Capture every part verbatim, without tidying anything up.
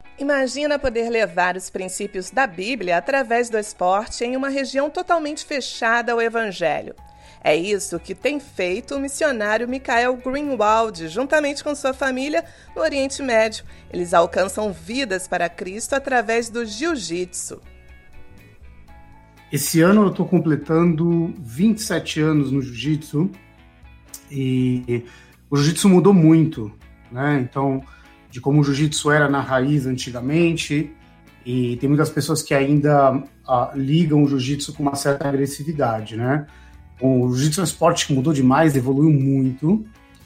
Imagina poder levar os princípios da Bíblia através do esporte em uma região totalmente fechada ao Evangelho. É isso que tem feito o missionário Michael Greenwald, juntamente com sua família, no Oriente Médio. Eles alcançam vidas para Cristo através do jiu-jitsu. Esse ano eu estou completando vinte e sete anos no jiu-jitsu e o jiu-jitsu mudou muito, né? Então, de como o jiu-jitsu era na raiz antigamente, e tem muitas pessoas que ainda uh, ligam o jiu-jitsu com uma certa agressividade, né? O jiu-jitsu é um esporte que mudou demais, evoluiu muito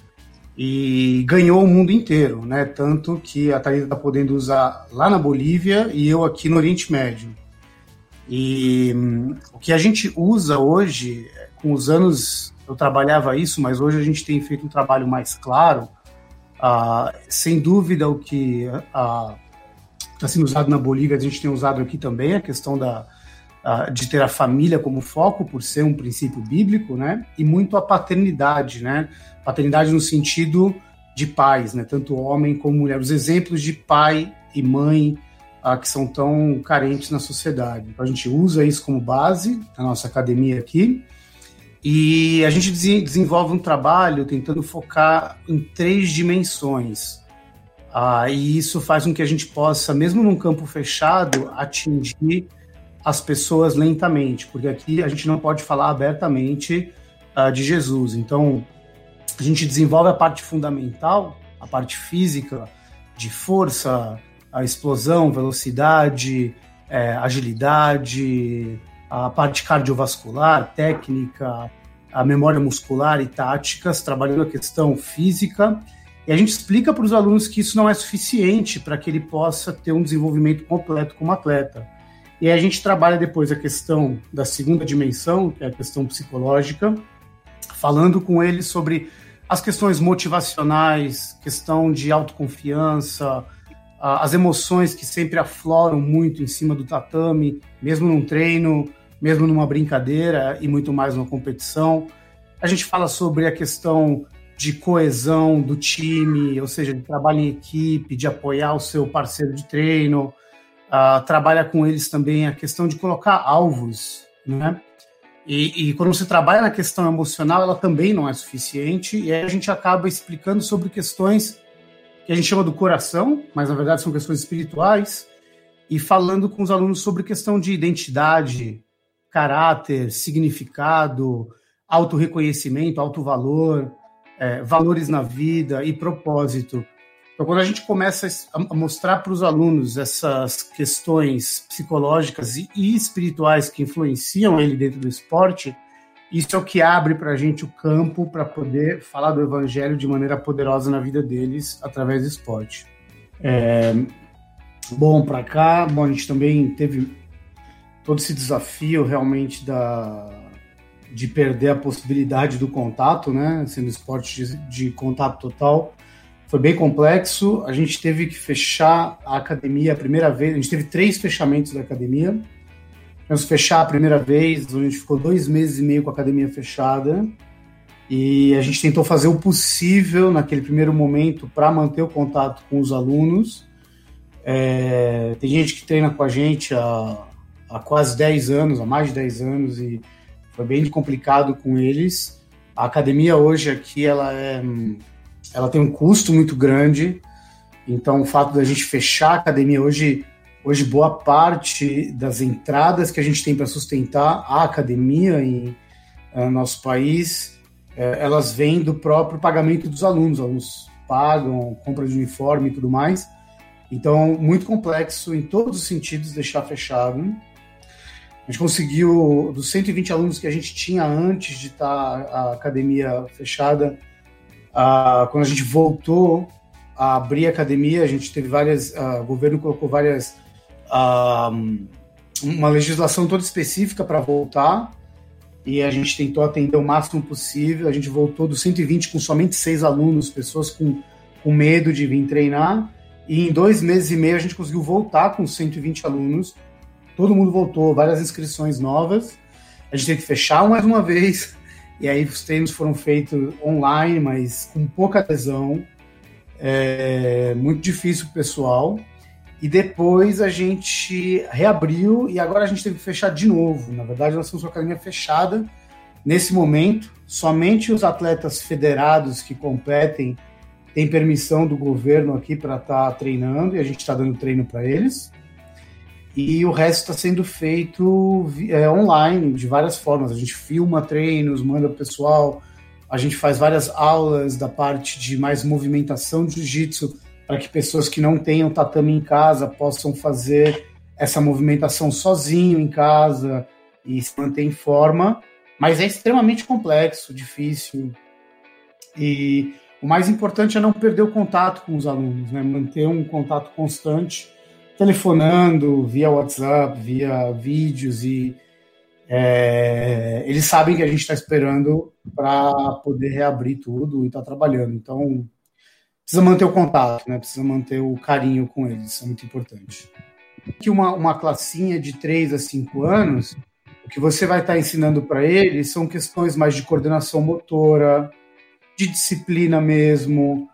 e ganhou o mundo inteiro, né? Tanto que a Thalita está podendo usar lá na Bolívia e eu aqui no Oriente Médio. E hum, o que a gente usa hoje, com os anos eu trabalhava isso, mas hoje a gente tem feito um trabalho mais claro. Uh, sem dúvida, o que está uh, sendo usado na Bolívia, a gente tem usado aqui também, a questão da, uh, de ter a família como foco, por ser um princípio bíblico, né? E muito a paternidade, né? Paternidade no sentido de pais, né? Tanto homem como mulher. Os exemplos de pai e mãe uh, que são tão carentes na sociedade. Então, a gente usa isso como base na nossa academia aqui. E a gente desenvolve um trabalho tentando focar em três dimensões. Ah, e isso faz com que a gente possa, mesmo num campo fechado, atingir as pessoas lentamente, porque aqui a gente não pode falar abertamente ah, de Jesus. Então, a gente desenvolve a parte fundamental, a parte física, de força, a explosão, velocidade, é, agilidade, a parte cardiovascular, técnica, a memória muscular e táticas, trabalhando a questão física. E a gente explica para os alunos que isso não é suficiente para que ele possa ter um desenvolvimento completo como atleta. E aí a gente trabalha depois a questão da segunda dimensão, que é a questão psicológica, falando com ele sobre as questões motivacionais, questão de autoconfiança, as emoções que sempre afloram muito em cima do tatame, mesmo num treino, mesmo numa brincadeira e muito mais numa competição. A gente fala sobre a questão de coesão do time, ou seja, de trabalho em equipe, de apoiar o seu parceiro de treino. Uh, trabalha com eles também a questão de colocar alvos, né? E, e quando você trabalha na questão emocional, ela também não é suficiente, e aí a gente acaba explicando sobre questões que a gente chama do coração, mas na verdade são questões espirituais, e falando com os alunos sobre questão de identidade, caráter, significado, autorreconhecimento, autovalor, é, valores na vida e propósito. Então, quando a gente começa a mostrar para os alunos essas questões psicológicas e espirituais que influenciam ele dentro do esporte, isso é o que abre para a gente o campo para poder falar do evangelho de maneira poderosa na vida deles através do esporte. É, bom, para cá, bom, a gente também teve todo esse desafio realmente da, de perder a possibilidade do contato, né? Sendo esporte de, de contato total. Foi bem complexo. A gente teve que fechar a academia a primeira vez. A gente teve três fechamentos da academia. Tivemos que fechar a primeira vez, a gente ficou dois meses e meio com a academia fechada. E a gente tentou fazer o possível naquele primeiro momento para manter o contato com os alunos. É, tem gente que treina com a gente há há quase dez anos, há mais de dez anos, e foi bem complicado com eles. A academia hoje aqui, ela, é, ela tem um custo muito grande, então o fato da gente fechar a academia hoje, hoje boa parte das entradas que a gente tem para sustentar a academia em uh, nosso país, uh, elas vêm do próprio pagamento dos alunos, os alunos pagam, compra de uniforme e tudo mais, então muito complexo em todos os sentidos deixar fechado. A gente conseguiu, dos cento e vinte alunos que a gente tinha antes de estar a academia fechada, a, quando a gente voltou a abrir a academia, a gente teve várias, a, o governo colocou várias, a, uma legislação toda específica para voltar, e a gente tentou atender o máximo possível. A gente voltou dos cento e vinte com somente seis alunos, pessoas com, com medo de vir treinar, e em dois meses e meio a gente conseguiu voltar com cento e vinte alunos. Todo mundo voltou, várias inscrições novas. A gente teve que fechar mais uma vez. E aí os treinos foram feitos online, mas com pouca adesão. É muito difícil para o pessoal. e depois a gente reabriu e agora a gente teve que fechar de novo. Na verdade, nós temos uma academia fechada nesse momento. Somente os atletas federados que competem têm permissão do governo aqui para estar tá treinando, e a gente está dando treino para eles. E o resto está sendo feito é, online, de várias formas. A gente filma treinos, manda para o pessoal, a gente faz várias aulas da parte de mais movimentação de jiu-jitsu, para que pessoas que não tenham tatame em casa possam fazer essa movimentação sozinho em casa e se manter em forma, mas é extremamente complexo, difícil, e o mais importante é não perder o contato com os alunos, né? Manter um contato constante, telefonando, via WhatsApp, via vídeos, e é, eles sabem que a gente está esperando para poder reabrir tudo e está trabalhando, então precisa manter o contato, né? Precisa manter o carinho com eles, isso é muito importante. Que uma, uma classinha de três a cinco anos, o que você vai estar ensinando para eles são questões mais de coordenação motora, de disciplina mesmo,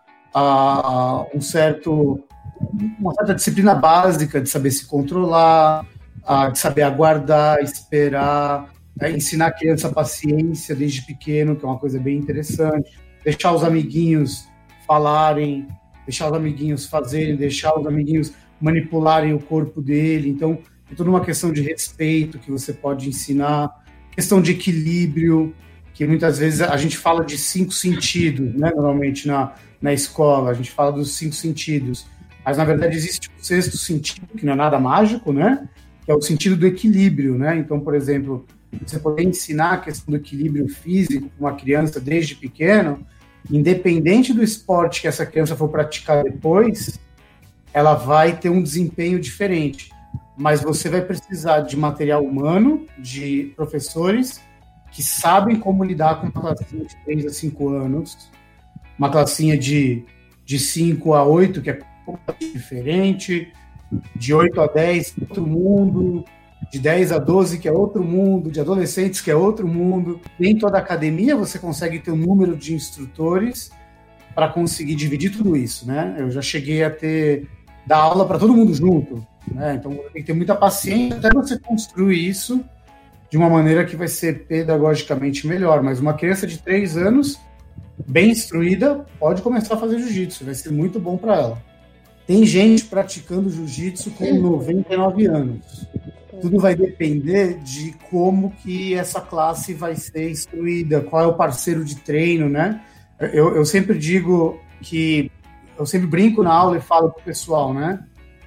a, um certo, uma certa disciplina básica de saber se controlar, a, de saber aguardar, esperar, a ensinar a criança paciência desde pequeno, que é uma coisa bem interessante, deixar os amiguinhos falarem, deixar os amiguinhos fazerem, deixar os amiguinhos manipularem o corpo dele. Então, é toda uma questão de respeito que você pode ensinar, questão de equilíbrio, que muitas vezes a gente fala de cinco sentidos, né? Normalmente na, na escola, a gente fala dos cinco sentidos, mas na verdade existe o sexto sentido, que não é nada mágico, né? Que é o sentido do equilíbrio, né? Então, por exemplo, você poder ensinar a questão do equilíbrio físico para uma criança desde pequeno, independente do esporte que essa criança for praticar depois, ela vai ter um desempenho diferente. Mas você vai precisar de material humano, de professores que sabem como lidar com uma classinha de três a cinco anos, uma classinha de, de cinco a oito, que é completamente diferente, de oito a dez, outro mundo, de dez a doze, que é outro mundo, de adolescentes, que é outro mundo. Nem toda academia você consegue ter um número de instrutores para conseguir dividir tudo isso, né? Eu já cheguei a ter, dar aula para todo mundo junto, né? Então tem que ter muita paciência até você construir isso de uma maneira que vai ser pedagogicamente melhor. Mas uma criança de três anos, bem instruída, pode começar a fazer jiu-jitsu, vai ser muito bom para ela. Tem gente praticando jiu-jitsu com noventa e nove anos. Tudo vai depender de como que essa classe vai ser instruída, qual é o parceiro de treino, né? Eu, eu sempre digo que... Eu sempre brinco na aula e falo pro pessoal, né?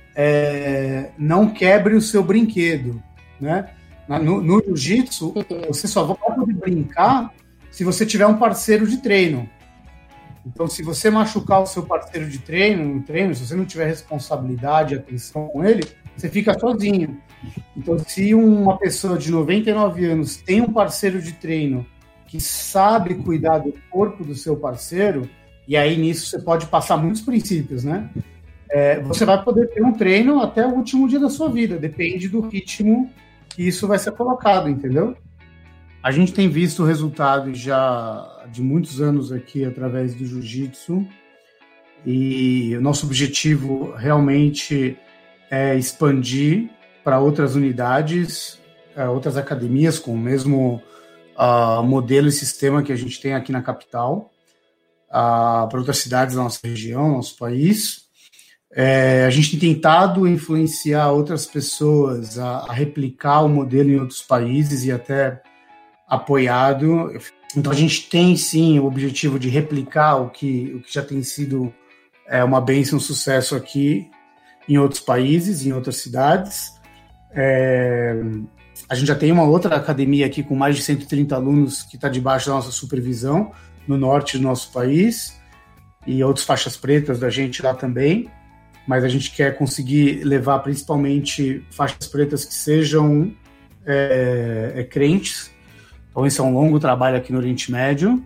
É, não quebre o seu brinquedo, né? No, no jiu-jitsu, você só vai poder brincar se você tiver um parceiro de treino. Então, se você machucar o seu parceiro de treino, no treino, se você não tiver responsabilidade e atenção com ele, você fica sozinho. Então, se uma pessoa de noventa e nove anos tem um parceiro de treino que sabe cuidar do corpo do seu parceiro, e aí nisso você pode passar muitos princípios, né? É, você vai poder ter um treino até o último dia da sua vida, depende do ritmo que isso vai ser colocado, entendeu? A gente tem visto o resultado já de muitos anos aqui através do jiu-jitsu, e o nosso objetivo realmente é expandir para outras unidades, outras academias com o mesmo uh, modelo e sistema que a gente tem aqui na capital, uh, para outras cidades da nossa região, nosso país. É, a gente tem tentado influenciar outras pessoas a, a replicar o modelo em outros países e até apoiado. Então a gente tem sim o objetivo de replicar o que, o que já tem sido é, uma bênção, um sucesso aqui em outros países, em outras cidades. É, a gente já tem uma outra academia aqui com mais de cento e trinta alunos que está debaixo da nossa supervisão no norte do nosso país, e outras faixas pretas da gente lá também, mas a gente quer conseguir levar principalmente faixas pretas que sejam é, é, crentes. Então esse é um longo trabalho aqui no Oriente Médio,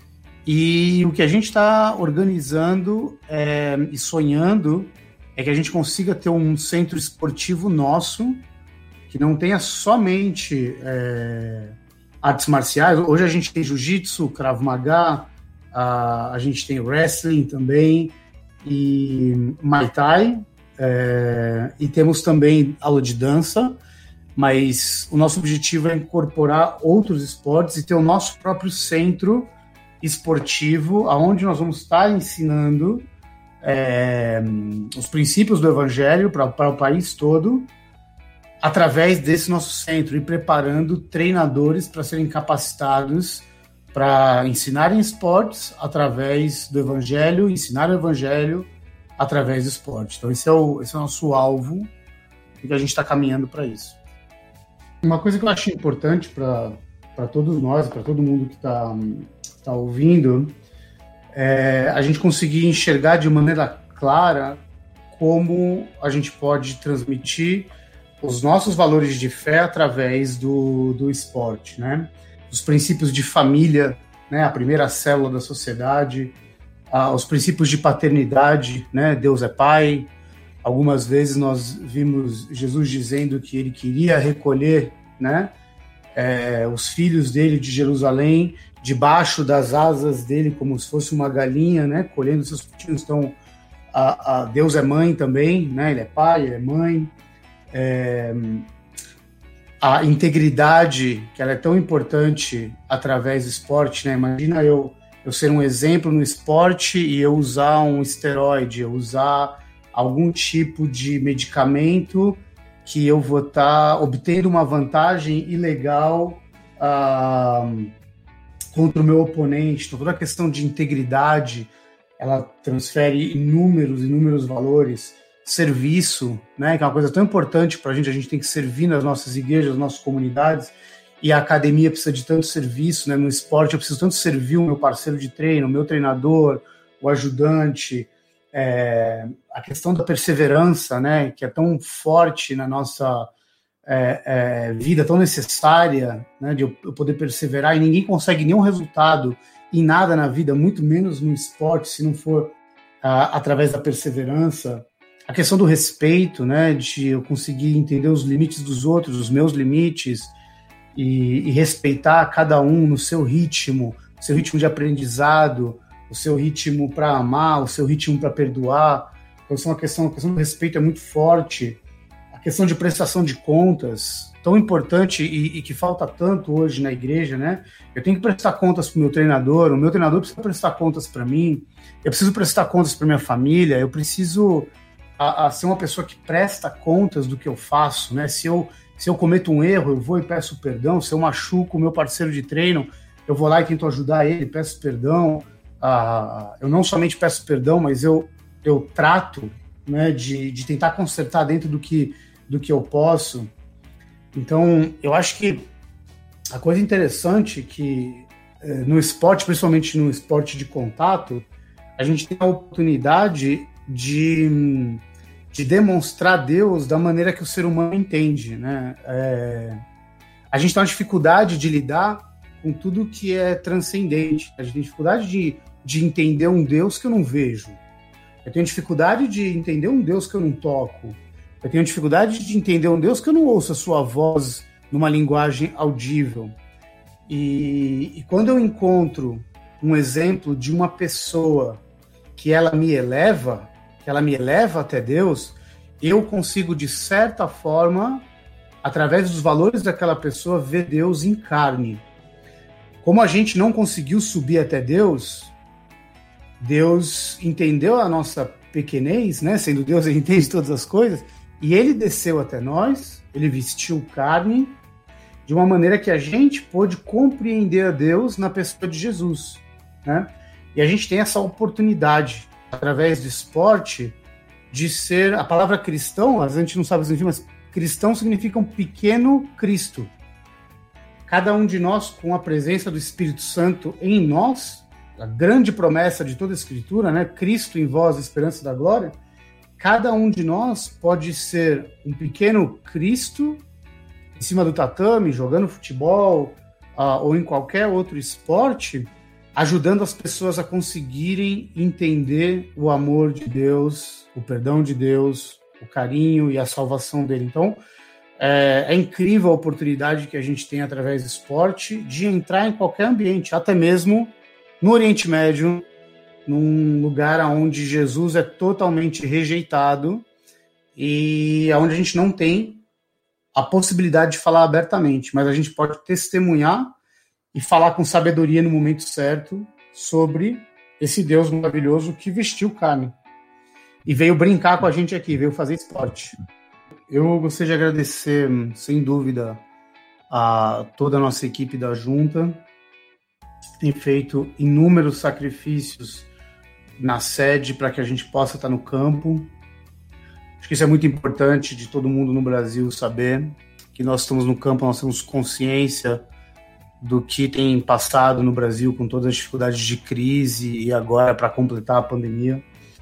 e o que a gente está organizando é, e sonhando é que a gente consiga ter um centro esportivo nosso, que não tenha somente é, artes marciais. Hoje a gente tem jiu-jitsu, Krav Maga, a, a gente tem wrestling também, e Muay Thai, é, e temos também aula de dança, mas o nosso objetivo é incorporar outros esportes e ter o nosso próprio centro esportivo, onde nós vamos estar ensinando é, os princípios do Evangelho para o país todo, através desse nosso centro, e preparando treinadores para serem capacitados para ensinarem esportes através do Evangelho, ensinar o Evangelho através do esporte. Então esse é o, esse é o nosso alvo, e a gente está caminhando para isso. Uma coisa que eu acho importante para todos nós, para todo mundo que está tá ouvindo, é a gente conseguir enxergar de maneira clara como a gente pode transmitir os nossos valores de fé através do, do esporte, né? Os princípios de família, né? A primeira célula da sociedade, ah, os princípios de paternidade, né? Deus é pai. Algumas vezes nós vimos Jesus dizendo que ele queria recolher, né? É, os filhos dele de Jerusalém debaixo das asas dele, como se fosse uma galinha, né? Colhendo seus filhos. Então, a, a Deus é mãe também, né? Ele é pai, ele é mãe. É, a integridade, que ela é tão importante através do esporte, né? Imagina eu, eu ser um exemplo no esporte e eu usar um esteroide, eu usar algum tipo de medicamento que eu vou estar obtendo uma vantagem ilegal ah, contra o meu oponente. Então, toda a questão de integridade, ela transfere inúmeros, inúmeros valores. Serviço, né, que é uma coisa tão importante para a gente, a gente tem que servir nas nossas igrejas, nas nossas comunidades, e a academia precisa de tanto serviço, né, no esporte eu preciso tanto servir o meu parceiro de treino, o meu treinador, o ajudante, é, a questão da perseverança, né, que é tão forte na nossa é, é, vida, tão necessária, né, de eu, eu poder perseverar, e ninguém consegue nenhum resultado em nada na vida, muito menos no esporte, se não for ah, através da perseverança. A questão do respeito, né, de eu conseguir entender os limites dos outros, os meus limites, e, e respeitar cada um no seu ritmo, o seu ritmo de aprendizado, o seu ritmo para amar, o seu ritmo para perdoar. Então, isso é uma questão, a questão do respeito é muito forte. A questão de prestação de contas, tão importante e, e que falta tanto hoje na igreja, né? Eu tenho que prestar contas para o meu treinador, o meu treinador precisa prestar contas para mim, eu preciso prestar contas para minha família, eu preciso A, a ser uma pessoa que presta contas do que eu faço, né? Se eu, se eu cometo um erro, eu vou e peço perdão. Se eu machuco o meu parceiro de treino, eu vou lá e tento ajudar ele, peço perdão. Ah, eu não somente peço perdão, mas eu, eu trato, né, de, de tentar consertar dentro do que, do que eu posso. Então, eu acho que a coisa interessante é que eh, no esporte, principalmente no esporte de contato, a gente tem a oportunidade de, de demonstrar Deus da maneira que o ser humano entende, né? É, a gente tem uma dificuldade de lidar com tudo que é transcendente. A gente tem dificuldade de, de entender um Deus que eu não vejo. Eu tenho dificuldade de entender um Deus que eu não toco. Eu tenho dificuldade de entender um Deus que eu não ouço a sua voz numa linguagem audível. E, e quando eu encontro um exemplo de uma pessoa que ela me eleva, que ela me eleva até Deus, eu consigo, de certa forma, através dos valores daquela pessoa, ver Deus em carne. Como a gente não conseguiu subir até Deus, Deus entendeu a nossa pequenez, né? Sendo Deus, ele entende todas as coisas, e ele desceu até nós, ele vestiu carne, de uma maneira que a gente pôde compreender a Deus na pessoa de Jesus, né? E a gente tem essa oportunidade, através do esporte, de ser... A palavra cristão, a gente não sabe o que significa, mas cristão significa um pequeno Cristo. Cada um de nós, com a presença do Espírito Santo em nós, a grande promessa de toda a Escritura, né? Cristo em vós, a esperança da glória, cada um de nós pode ser um pequeno Cristo em cima do tatame, jogando futebol, uh, ou em qualquer outro esporte, ajudando as pessoas a conseguirem entender o amor de Deus, o perdão de Deus, o carinho e a salvação dele. Então, é, é incrível a oportunidade que a gente tem através do esporte de entrar em qualquer ambiente, até mesmo no Oriente Médio, num lugar onde Jesus é totalmente rejeitado, e onde a gente não tem a possibilidade de falar abertamente, mas a gente pode testemunhar e falar com sabedoria no momento certo sobre esse Deus maravilhoso que vestiu carne e veio brincar com a gente aqui, veio fazer esporte. Eu gostaria de agradecer, sem dúvida, a toda a nossa equipe da Junta. Tem feito inúmeros sacrifícios na sede para que a gente possa estar no campo. Acho que isso é muito importante de todo mundo no Brasil saber, que nós estamos no campo, nós temos consciência do que tem passado no Brasil com todas as dificuldades de crise e agora para completar a pandemia.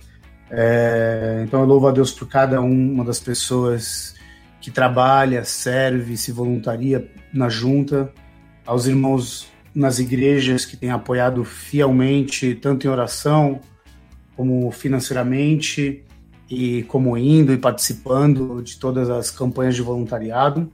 É, então eu louvo a Deus por cada uma das pessoas que trabalha, serve, se voluntaria na junta, aos irmãos nas igrejas que têm apoiado fielmente, tanto em oração como financeiramente, e como indo e participando de todas as campanhas de voluntariado.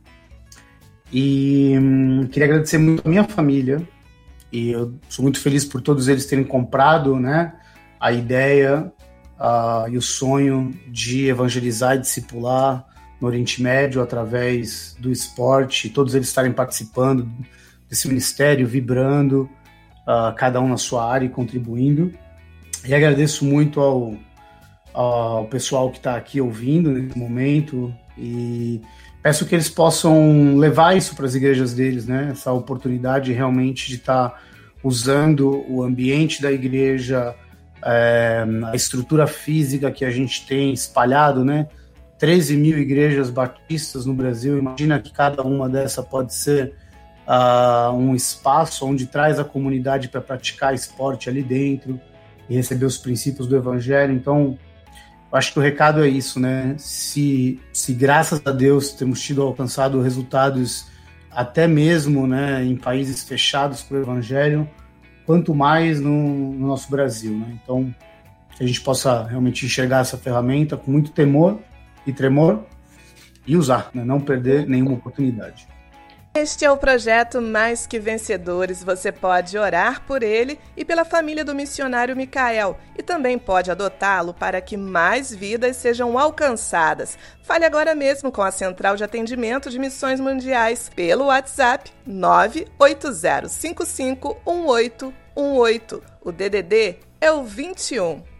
E hum, queria agradecer muito a minha família, e eu sou muito feliz por todos eles terem comprado, né, a ideia uh, e o sonho de evangelizar e discipular no Oriente Médio através do esporte, e todos eles estarem participando desse ministério, vibrando, uh, cada um na sua área e contribuindo. E agradeço muito ao, ao pessoal que está aqui ouvindo nesse momento, e peço que eles possam levar isso para as igrejas deles, né? Essa oportunidade realmente de estar tá usando o ambiente da igreja, é, a estrutura física que a gente tem espalhado, né? treze mil igrejas batistas no Brasil. Imagina que cada uma dessa pode ser uh, um espaço onde traz a comunidade para praticar esporte ali dentro e receber os princípios do Evangelho. Então, eu acho que o recado é isso, né? Se, se graças a Deus temos tido alcançado resultados até mesmo, né, em países fechados para o Evangelho, quanto mais no, no nosso Brasil, né? Então, que a gente possa realmente enxergar essa ferramenta com muito temor e tremor e usar, né? Não perder nenhuma oportunidade. Este é o projeto Mais Que Vencedores. Você pode orar por ele e pela família do missionário Micael, e também pode adotá-lo para que mais vidas sejam alcançadas. Fale agora mesmo com a Central de Atendimento de Missões Mundiais pelo WhatsApp nove oito zero cinco cinco um oito um oito. O D D D é o vinte e um.